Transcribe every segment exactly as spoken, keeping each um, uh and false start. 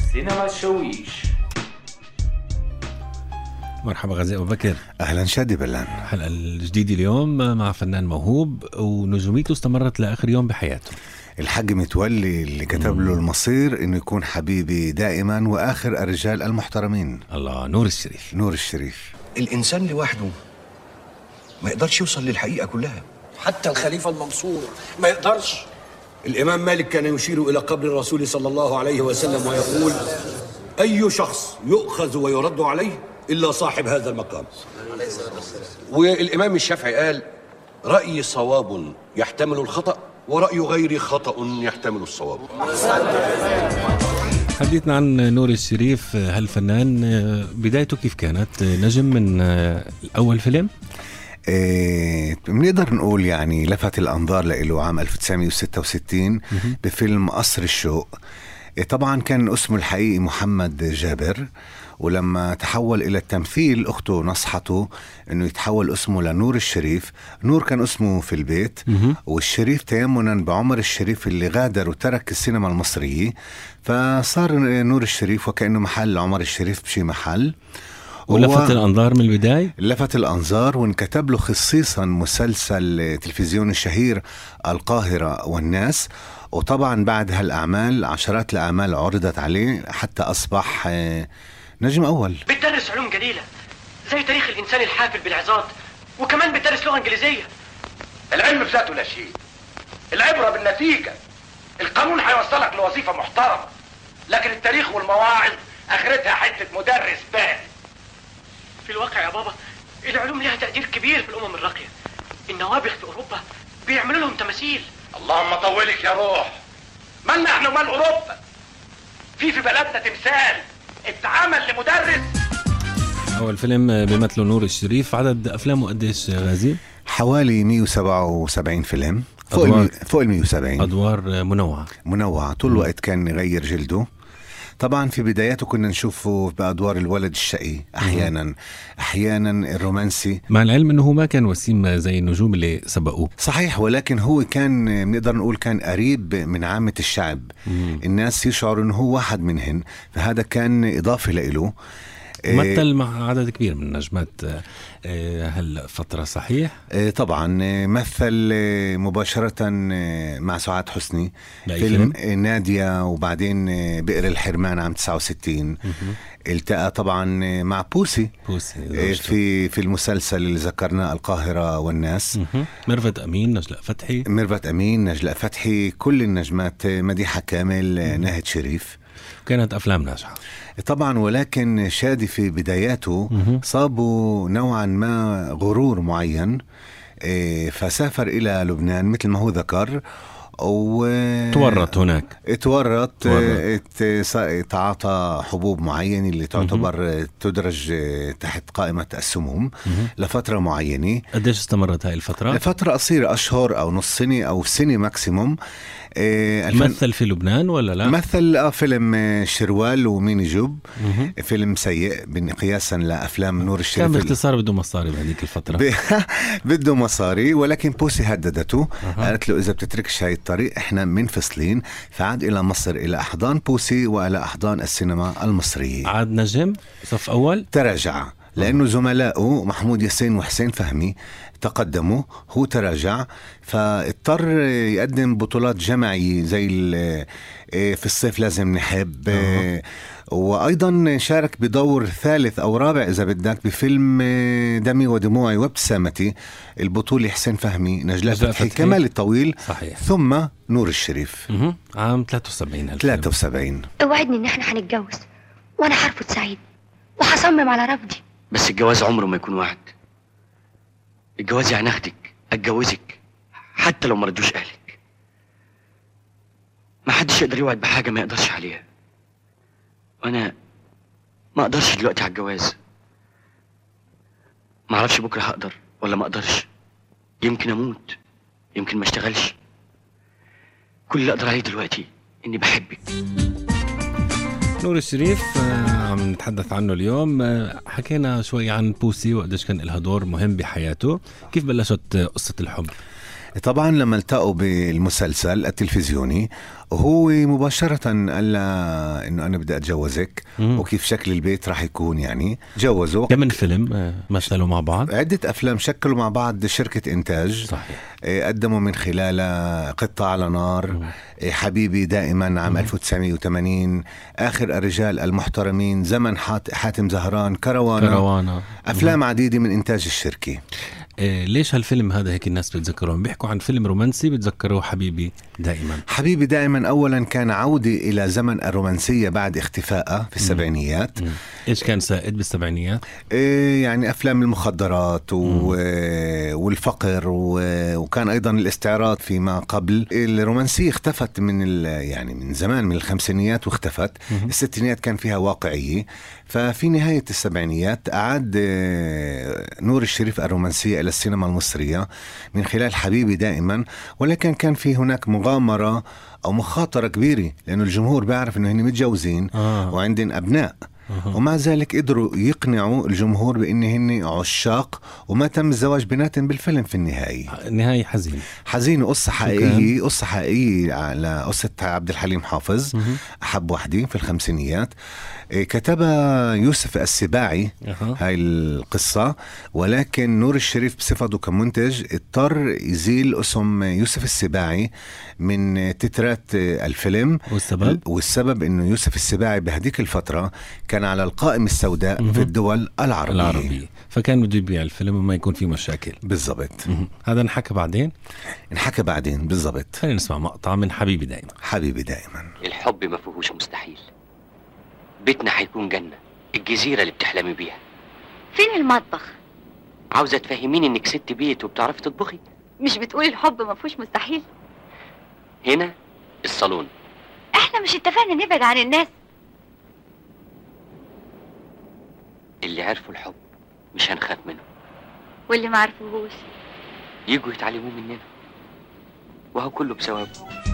سينما الشويش. مرحبا غازي أبو بكر. أهلا شادي بلان. الحلقة الجديدة اليوم مع فنان موهوب ونجوميته استمرت لآخر يوم بحياته. الحاج متولي اللي كتب له المصير إنه يكون حبيبي دائما وآخر الرجال المحترمين. الله، نور الشريف. نور الشريف. الإنسان لوحده ما يقدرش يوصل للحقيقة كلها، حتى الخليفة المنصور ما يقدرش. الإمام مالك كان يشير إلى قبر الرسول صلى الله عليه وسلم ويقول: أي شخص يؤخذ ويرد عليه إلا صاحب هذا المقام. والإمام الشافعي قال: رأيي صواب يحتمل الخطأ، ورأي غيري خطأ يحتمل الصواب. حديثنا عن نور الشريف هالفنان، بدايته كيف كانت؟ نجم من الأول فيلم؟ إيه بنقدر نقول يعني لفت الأنظار له عام ألف وتسعمية وستة وستين بفيلم قصر الشوق. إيه طبعا كان اسمه الحقيقي محمد جابر، ولما تحول إلى التمثيل أخته نصحته أنه يتحول اسمه لنور الشريف. نور كان اسمه في البيت، والشريف تيمنا بعمر الشريف اللي غادر وترك السينما المصرية، فصار نور الشريف وكأنه محل عمر الشريف بشي محل. ولفت الأنظار من البداية؟ لفت الأنظار، وانكتب له خصيصا مسلسل تلفزيوني شهير القاهرة والناس. وطبعا بعد هالأعمال عشرات الأعمال عرضت عليه حتى أصبح نجم أول. بتدرس علوم جديدة زي تاريخ الإنسان الحافل بالعظات، وكمان بتدرس لغة إنجليزية. العلم بذاته لا شيء، العبرة بالنتيجة. القانون هيوصلك لوظيفة محترمة، لكن التاريخ والمواعظ آخرتها حتة مدرس بال. في الواقع يا بابا العلوم لها تقدير كبير في الأمم الراقية. النوابغ في أوروبا بيعملوا لهم تماثيل. اللهم طولك يا روح، مالنا احنا ومال أوروبا؟ في في بلدنا تمثال اتعمل لمدرس. أول فيلم بيمثله نور الشريف، عدد أفلامه قديش غازي؟ حوالي مية وسبعة وسبعين فيلم، فوق المي... فوق ال مية وسبعين. أدوار منوعة منوعة طول الوقت كان يغير جلده. طبعا في بداياته كنا نشوفه بأدوار الولد الشقي أحيانا، أحيانا الرومانسي، مع العلم أنه ما كان وسيم زي النجوم اللي سبقوه. صحيح، ولكن هو كان نقدر نقول كان قريب من عامة الشعب. مم. الناس يشعروا أنه هو واحد منهن، فهذا كان إضافة له. مثل مع عدد كبير من النجمات هالفترة، صحيح؟ طبعا مثل مباشرة مع سعاد حسني فيلم نادية، وبعدين بئر الحرمان عام تسعة وستين. التقى طبعا مع بوسي, بوسي في في المسلسل اللي ذكرناه القاهرة والناس. ميرفت أمين، نجلاء فتحي ميرفت أمين نجلاء فتحي كل النجمات، مديحة كامل، ناهد شريف. كانت أفلام ناجحة طبعا، ولكن شادي في بداياته صابوا نوعا ما غرور معين، فسافر إلى لبنان مثل ما هو ذكر، وتورط هناك تورط تعاطى حبوب معينة اللي تعتبر تدرج تحت قائمة السموم لفترة معينة. قديش استمرت هاي الفترة؟ لفترة قصيرة، أشهر أو نص سنة أو سنة ماكسيموم. مثل في لبنان ولا لا؟ مثل فيلم شروال ومين جوب، فيلم سيء قياسا لأفلام نور الشريف. كان باختصار بده مصاري بهذيك الفترة. ب... بده مصاري، ولكن بوسي هددته. أه. قالت له إذا بتتركش هاي الطريق إحنا منفصلين. فعاد إلى مصر، إلى أحضان بوسي وإلى أحضان السينما المصرية. عاد نجم صف أول، تراجع لأنه زملائه محمود ياسين وحسين فهمي تقدموا، هو تراجع، فاضطر يقدم بطولات جماعية زي في الصيف لازم نحب. أوه. وأيضا شارك بدور ثالث أو رابع إذا بدك بفيلم دمي ودموعي وابتسامتي، البطولة حسين فهمي، نجلاء فتحي، كمال الطويل. صحيح. ثم نور الشريف. مه. عام ثلاثة وسبعين. ثلاثة وسبعين. اوعدني إن احنا هنتجوز وأنا حرفض سعيد وحصمم على رفضي. بس الجواز عمره ما يكون وعد. الجواز يعني اخدك اتجوزك حتى لو ما ردوش اهلك. ما حدش يقدر يوعد بحاجه ما يقدرش عليها، وانا ما اقدرش دلوقتي على الجواز. ما اعرفش بكره هقدر ولا ما اقدرش، يمكن اموت، يمكن ما اشتغلش. كل اللي اقدر عليه دلوقتي اني بحبك. نور الشريف عم نتحدث عنه اليوم. حكينا شوي عن بوسي وقديش كان لها دور مهم بحياته. كيف بلشت قصة الحب؟ طبعا لما التقوا بالمسلسل التلفزيوني وهو مباشرة قال لها انه انا بدي اتجوزك مم. وكيف شكل البيت راح يكون، يعني جوزوا. كم فيلم مثلوا مع بعض؟ عدة افلام، شكلوا مع بعض شركة انتاج. صحيح. قدموا من خلالها قطة على نار، مم. حبيبي دائما عام مم. ألف وتسعمية وثمانين، اخر الرجال المحترمين، زمن حاتم زهران، كروانا, كروانا. افلام مم. عديدة من انتاج الشركة. إيه ليش هالفيلم هذا هيك الناس بتذكروه؟ بيحكوا عن فيلم رومانسي بتذكروه حبيبي دائما. حبيبي دائما أولا كان عودة إلى زمن الرومانسية بعد اختفائها في السبعينيات. مم. إيش كان سائد بالسبعينيات؟ إيه يعني أفلام المخدرات و... والفقر و... وكان أيضا الاستعراض فيما قبل. الرومانسية اختفت من ال... يعني من زمان، من الخمسينيات واختفت. مم. الستينيات كان فيها واقعية. ففي نهاية السبعينيات أعاد نور الشريف الرومانسية إلى السينما المصرية من خلال حبيبي دائما، ولكن كان في هناك مغامرة أو مخاطرة كبيرة، لأنه الجمهور بيعرف أنه هن متجوزين آه. وعندهم أبناء. أه. ومع ذلك قدروا يقنعوا الجمهور بأن هن عشاق، وما تم الزواج بيناتهم بالفيلم في النهاية. النهاية حزين حزين. قصة حقيقية، قصة حقيقية على قصة عبد الحليم حافظ. أه. أحب وحدي في الخمسينيات، كتبها يوسف السباعي. أه. هاي القصة، ولكن نور الشريف بصفته كمنتج اضطر يزيل اسم يوسف السباعي من تترات الفيلم. والسبب؟ والسبب انه يوسف السباعي بهديك الفترة كان على القائمة السوداء مه. في الدول العربية. العربية فكان بده يبيع الفيلم وما يكون فيه مشاكل. بالضبط. هذا نحكى بعدين نحكى بعدين بالضبط. خلينا نسمع مقطع من حبيبي دائما. حبيبي دائما. الحب ما فيهوش مستحيل، بيتنا حيكون جنة، الجزيرة اللي بتحلمي بيها. فين المطبخ؟ عاوزة تفهميني انك ست بيت وبتعرفي تطبخي؟ مش بتقولي الحب ما فيهوش مستحيل؟ هنا الصالون. احنا مش اتفقنا نبعد عن الناس؟ اللي عرفوا الحب مش هنخاف منه، واللي ما عرفوهوش يجوا يتعلموه مننا، وهو كله بثوابه.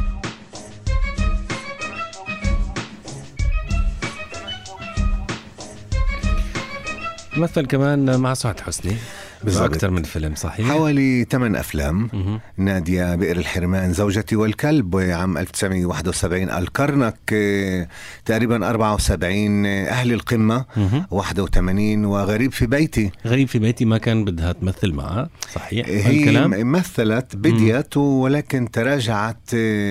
مثل كمان مع سعاد حسني أكثر من فيلم. صحيح. حوالي ثمان أفلام. مه. نادية، بئر الحرمان، زوجتي والكلب عام ألف وتسعمية وواحد وسبعين، الكرنك تقريبا أربعة وسبعين، أهل القمة مه. واحد وثمانين، وغريب في بيتي. غريب في بيتي ما كان بدها تمثل معه. صحيح. هي الكلام؟ مثلت بديت ولكن تراجعت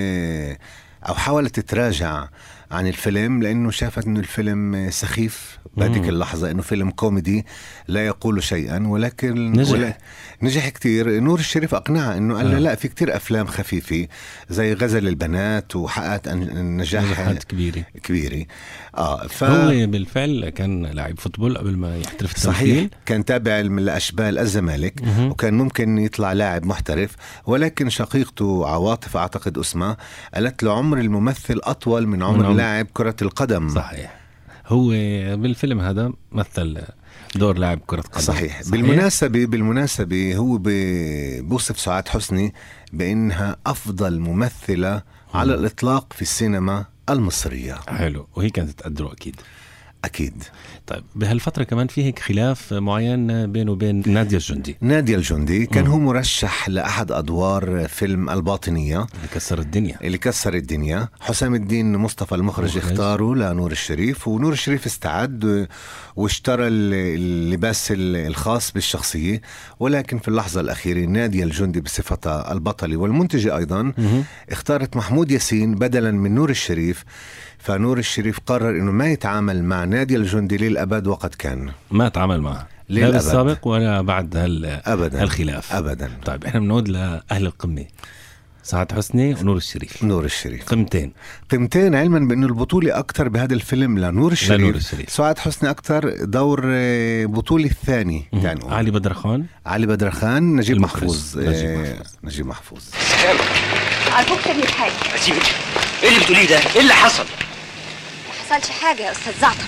أو حاولت تتراجع عن الفيلم لأنه شافت أنه الفيلم سخيف بهذيك اللحظة، أنه فيلم كوميدي لا يقول شيئا، ولكن نجح, ولا نجح كتير. نور الشريف أقنعها أنه قال آه. لا، في كتير أفلام خفيفة زي غزل البنات، وحققت نجاح كبيرة كبيرة. آه ف... هو بالفعل كان لاعب فوتبول قبل ما يحترف التمثيل. صحيح، كان تابع لأشبال الزمالك مه. وكان ممكن يطلع لاعب محترف، ولكن شقيقته عواطف أعتقد اسمها قالت له عمر الممثل أطول من عمر من لاعب كرة القدم. صحيح. هو بالفيلم هذا مثل دور لاعب كرة قدم. صحيح. صحيح. بالمناسبة بالمناسبة هو بوصف سعاد حسني بأنها أفضل ممثلة م. على الإطلاق في السينما المصرية. حلو، وهي كانت تقدره أكيد. أكيد. طيب بهالفترة كمان فيه هيك خلاف معين بينه وبين نادية الجندي. نادية الجندي كان م. هو مرشح لأحد أدوار فيلم الباطنية اللي كسر الدنيا اللي كسر الدنيا حسام الدين مصطفى المخرج اختاره لنور الشريف، ونور الشريف استعد واشترى اللباس الخاص بالشخصية، ولكن في اللحظة الأخيرة نادية الجندي بصفتها البطلة والمنتجة أيضا م. اختارت محمود ياسين بدلا من نور الشريف، فنور الشريف قرر انه ما يتعامل مع نادية الجندي للأبد، وقد كان ما تعامل معها لا بالسابق ولا بعد هال... أبداً. هالخلاف أبدا. طيب احنا بنعود لأهل القمة، سعاد حسني ونور الشريف. نور الشريف قمتين قمتين علما بأنه البطولة أكتر بهذا الفيلم لنور الشريف. لنور الشريف. سعاد حسني أكتر دور بطولة الثاني يعني علي بدرخان علي بدرخان نجيب المخرج. محفوظ نجيب محفوظ نجيب محفوظ أرجوك تبني حاجة. أسيبك؟ إيه اللي بتقوليه ده؟ إيه اللي حصل؟ ما حصلش حاجة يا أستاذ زعتر.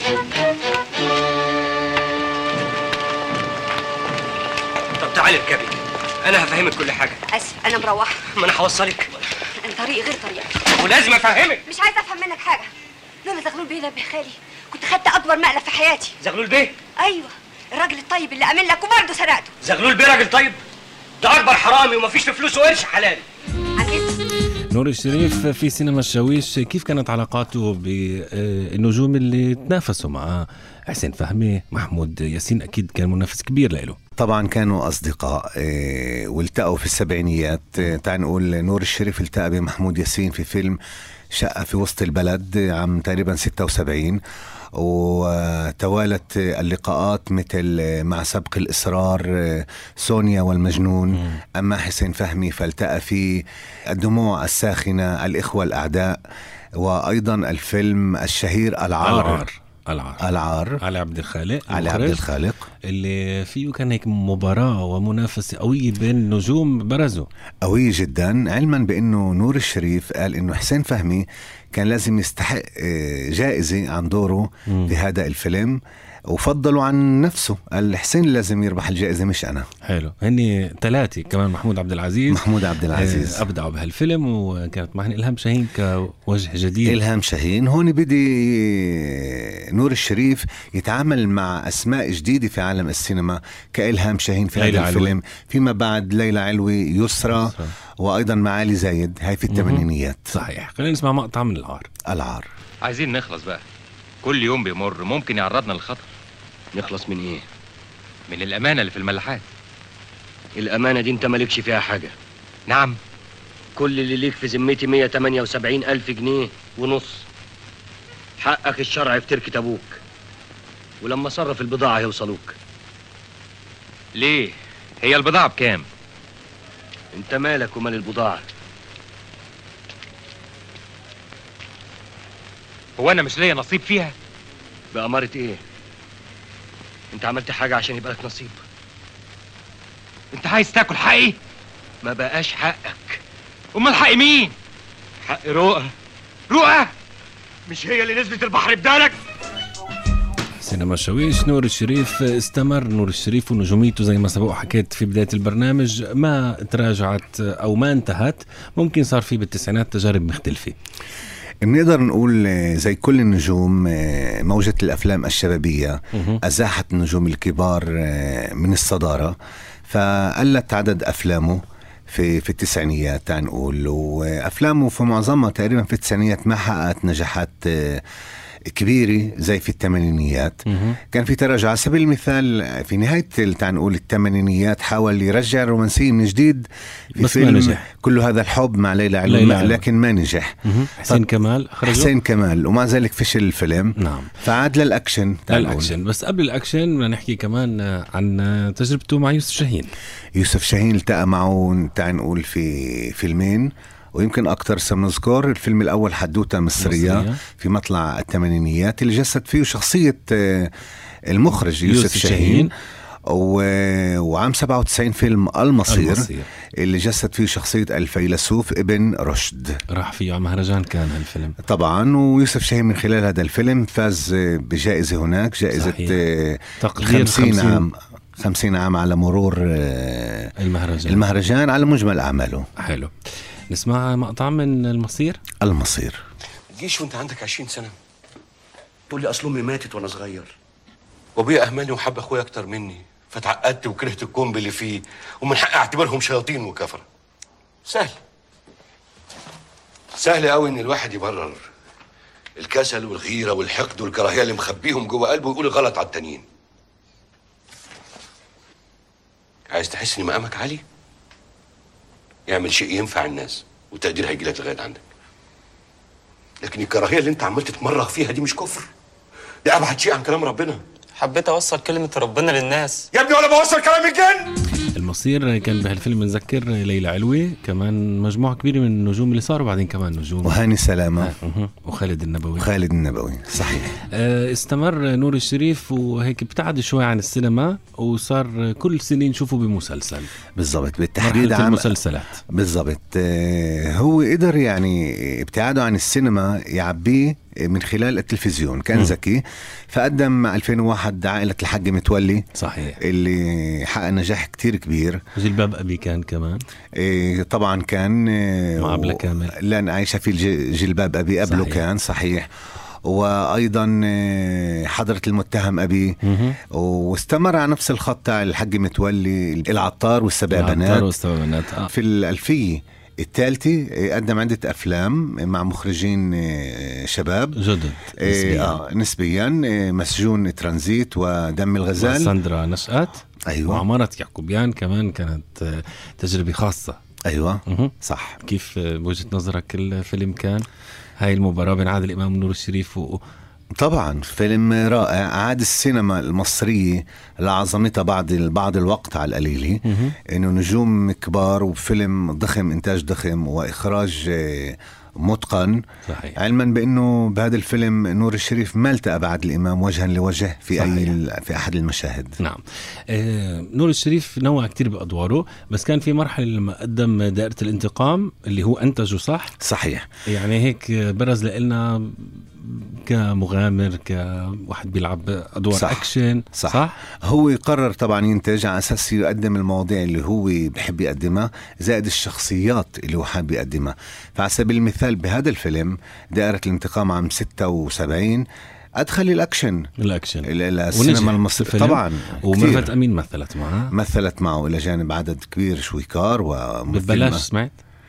طب تعالي اركبي، أنا هفهمك كل حاجة. أسف أنا مروحة. ما أنا هوصلك. طريق غير طريقك ولازم أفهمك. مش عايزة أفهم منك حاجة. لولا زغلول بيه ده بخالي كنت خدت أكبر مقلب في حياتي. زغلول بيه؟ أيوة، الراجل الطيب اللي أمن لك وبرضه سرقته. زغلول بيه راجل طيب؟ ده اكبر حرامي ومفيش في فلوسه قرش حلال. نور الشريف في سينما الشاويش، كيف كانت علاقاته بالنجوم اللي تنافسوا معه؟ حسين فهمي، محمود ياسين، أكيد كان منافس كبير له. طبعا كانوا أصدقاء اه والتقوا في السبعينيات. اه تعال نقول نور الشريف التقى بمحمود ياسين في فيلم شقة في وسط البلد عام تقريبا ستة وسبعين، وتوالت اللقاءات مثل مع سبق الإصرار، سونيا والمجنون. م. أما حسين فهمي فالتقى في الدموع الساخنة، الإخوة الأعداء، وأيضا الفيلم الشهير العار. العار العار علي عبد الخالق علي عبد الخالق اللي فيه كان هيك مباراة ومنافسة قوية بين نجوم برزوا قوية جدا، علما بأنه نور الشريف قال أنه حسين فهمي كان لازم يستحق جائزة عن دوره م. في هذا الفيلم، وفضلوا عن نفسه. قال حسين لازم يربح الجائزة مش أنا. حلو. هني ثلاثة كمان، محمود عبد العزيز محمود عبد العزيز أبدعوا بهالفيلم، وكانت معنا إلهام شاهين كوجه جديد. إلهام شاهين هون بدي نور الشريف يتعامل مع أسماء جديدة في عالم السينما كإلهام شاهين في هذا الفيلم، فيما بعد ليلى علوي، يسرى، يسرى. وأيضا معالي زايد، هاي في الثمانينيات. صحيح. خلينا نسمع مقطع من العار. العار. عايزين نخلص بقى، كل يوم بيمر ممكن يعرضنا للخطر. نخلص من ايه؟ من الامانه اللي في الملاحات. الامانه دي انت مالكش فيها حاجه. نعم. كل اللي ليك في ذمتي مية وتمانية وسبعين الف جنيه ونص. حقك الشرعي في تركة ابوك، ولما صرف البضاعه هيوصلوك. ليه؟ هي البضاعه بكام؟ انت مالك ومال البضاعه؟ هو انا مش ليا نصيب فيها؟ بأمارة ايه؟ انت عملت حاجة عشان يبقى لك نصيب؟ انت عايز تاكل حقي؟ ما بقاش حقك. امال حق مين؟ حق رؤى. رؤى مش هي اللي نزلت البحر بدالك؟ سينما الشاويش. نور الشريف استمر. نور الشريف ونجوميته زي ما سبق حكيت في بداية البرنامج ما تراجعت أو ما انتهت، ممكن صار في بالتسعينات تجارب مختلفة. بنقدر نقول زي كل النجوم موجة الأفلام الشبابية أزاحت النجوم الكبار من الصدارة، فقلت عدد أفلامه في في التسعينيات تنقول، وأفلامه في معظمها تقريبا في التسعينيات ما حققت نجاحات كبيرة زي في الثمانينيات. كان في تراجع. على سبيل المثال في نهاية تنقول الثمانينيات حاول يرجع الرومانسية من جديد في بس فيلم ما نجح. كل هذا الحب مع ليلى علوي، لكن ما نجح. حسين كمال خرجوا. حسين كمال ومع ذلك فشل الفيلم. نعم. فعاد للأكشن. للأكشن. بس قبل الأكشن بدنا نحكي كمان عن تجربته مع يوسف شاهين. يوسف شاهين التقى معه تنقول في فيلمين ويمكن أكتر سنذكر. الفيلم الأول حدوتة مصرية, مصرية في مطلع الثمانينيات اللي جسد فيه شخصية المخرج يوسف, يوسف شاهين, شاهين. وعام سبعة وتسعين فيلم المصير, المصير اللي جسد فيه شخصية الفيلسوف ابن رشد. راح فيه على مهرجان كان هالفيلم طبعا. ويوسف شاهين من خلال هذا الفيلم فاز بجائزة هناك، جائزة خمسين عام خمسين عام على مرور المهرجان, المهرجان على مجمل أعماله. حلو. نسمع مقطع من المصير. المصير. تجيش وانت عندك عشرين سنة تقول لي أصل أمي ماتت وأنا صغير، وأبويا أهملني وحب أخويا أكتر مني، فتعقدت وكرهت الكومب اللي فيه، ومن حق أعتبرهم شياطين وكفرة. سهل سهل قوي إن الواحد يبرر الكسل والغيرة والحقد والكراهية اللي مخبيهم جوه قلبه ويقول غلط على التانيين. عايز تحس إن مقامك عالي؟ يعمل شيء ينفع الناس وتقدير هيجيلك لغاية عندك. لكن الكراهية اللي انت عمال تتمرغ فيها دي مش كفر، دي أبعد شيء عن كلام ربنا. حبيت أوصل كلمة ربنا للناس يا ابني، ولا بوصل كلام الجن. المصير كان بهالفيلم نذكر ليلى علوي، كمان مجموعة كبيرة من النجوم اللي صاروا بعدين كمان نجوم، وهاني سلامة آه. وخالد النبوي. خالد النبوي صحيح. آه استمر نور الشريف وهيك ابتعد شوي عن السينما، وصار كل سنة نشوفه بمسلسل. بالضبط، بالتحديد عن المسلسلات. بالضبط. آه هو قدر يعني ابتعاده عن السينما يعبيه من خلال التلفزيون. كان م. ذكي، فقدم ألفين وواحد عائلة الحاج متولي صحيح اللي حقق نجاح كتير كبير. جلباب أبي كان كمان إيه طبعا كان مع عبلة كامل، لأن عايشة في جلباب أبي قبله صحيح. كان صحيح. وأيضا آه، حضرة المتهم أبي، واستمر على نفس الخط تاع الحاج متولي، العطار والسبع بنات. والسبع بنات آه. في الألفية الثالثة قدم عدة أفلام مع مخرجين شباب جدد نسبيا, آه نسبيا مسجون ترانزيت ودم الغزال ساندرا نشأت. أيوة. وعمارة يعقوبيان كمان كانت تجربة خاصة. أيوة مه. صح. كيف بوجهة نظرك الفيلم كان هاي المباراة بين عادل إمام ونور الشريف و... طبعا فيلم رائع، عاد السينما المصرية لعظمتها بعد بعض الوقت على القليلة، انه نجوم كبار وفيلم ضخم، انتاج ضخم واخراج متقن. صحيح. علما بانه بهذا الفيلم نور الشريف ما التقى بعد الامام وجها لوجه في صحيح. اي في احد المشاهد. نعم. آه نور الشريف نوع كتير بادواره، بس كان في مرحله لما قدم دائره الانتقام اللي هو انتجه صح. صحيح. يعني هيك برز لنا كمغامر، كواحد بيلعب ادوار صح. اكشن. صح. صح هو قرر طبعا ينتج على اساس يقدم المواضيع اللي هو بحب يقدمها زائد الشخصيات اللي هو حابب يقدمها. فعلى سبيل المثال بهذا الفيلم دائرة الانتقام عام ستة وسبعين أدخل الأكشن الأكشن السينما المصرية طبعا. وميرفت أمين مثلت معه مثلت معه إلى جانب عدد كبير شويكار وببلاش. سمعت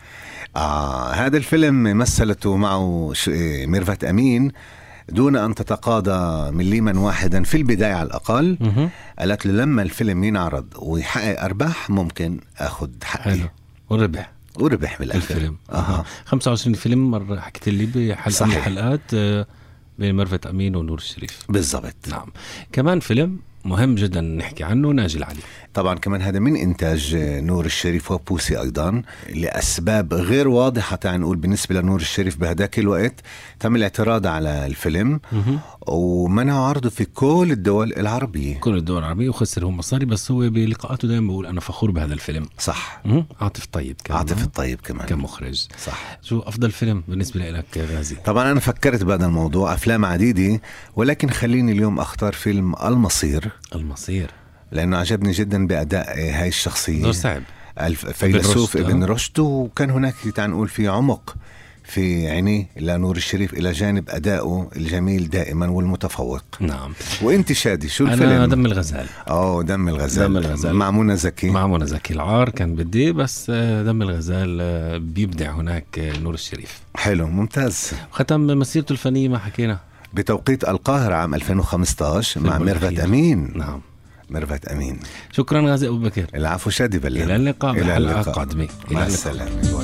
آه هذا الفيلم مثلته معه ميرفت أمين دون أن تتقاضى مليما واحدا في البداية على الأقل. م- قالت له لما الفيلم ينعرض ويحقق أرباح ممكن أخذ حقي. وربح وربح بالآخر الفيلم. آه. خمسة وعشرين فيلم مرة حكيت لي بحلقة من الحلقات آه بين ميرفت أمين ونور الشريف. بالضبط. نعم. كمان فيلم مهم جدا نحكي عنه، ناجي العلي. طبعا كمان هذا من إنتاج نور الشريف وبوسي أيضا، لأسباب غير واضحة تعال نقول. بالنسبة لنور الشريف بهداك الوقت تم الاعتراض على الفيلم ومنعوا عرضه في كل الدول العربية كل الدول العربية وخسر هو مصاري، بس هو بلقاءاته دائما بقول أنا فخور بهذا الفيلم. صح. عاطف طيب كمان. عاطف الطيب كمان كمخرج. صح. شو أفضل فيلم بالنسبة لك غازي؟ طبعا أنا فكرت بهذا الموضوع، أفلام عديدة، ولكن خليني اليوم أختار فيلم المصير. المصير لأنه عجبني جدا بأداء هاي الشخصية. دور صعب. الفيلسوف ابن رشد، وكان هناك تعال نقول في عمق في عينيه لنور الشريف إلى جانب أدائه الجميل دائما والمتفوق. نعم. وانت شادي شو الفيلم؟ أنا دم الغزال. أوه دم الغزال. دم الغزال مع منى زكي. مع منى زكي العار كان بدي، بس دم الغزال بيبدع هناك نور الشريف. حلو ممتاز. ختم مسيرته الفنية ما حكينا بتوقيت القاهرة عام ألفين وخمسة عشر مع ميرفت أمين. نعم. ميرفت أمين. شكرا غازي أبو بكر. العفو شادي بلال. إلى اللقاء بحلقة قادمة. مع السلامة.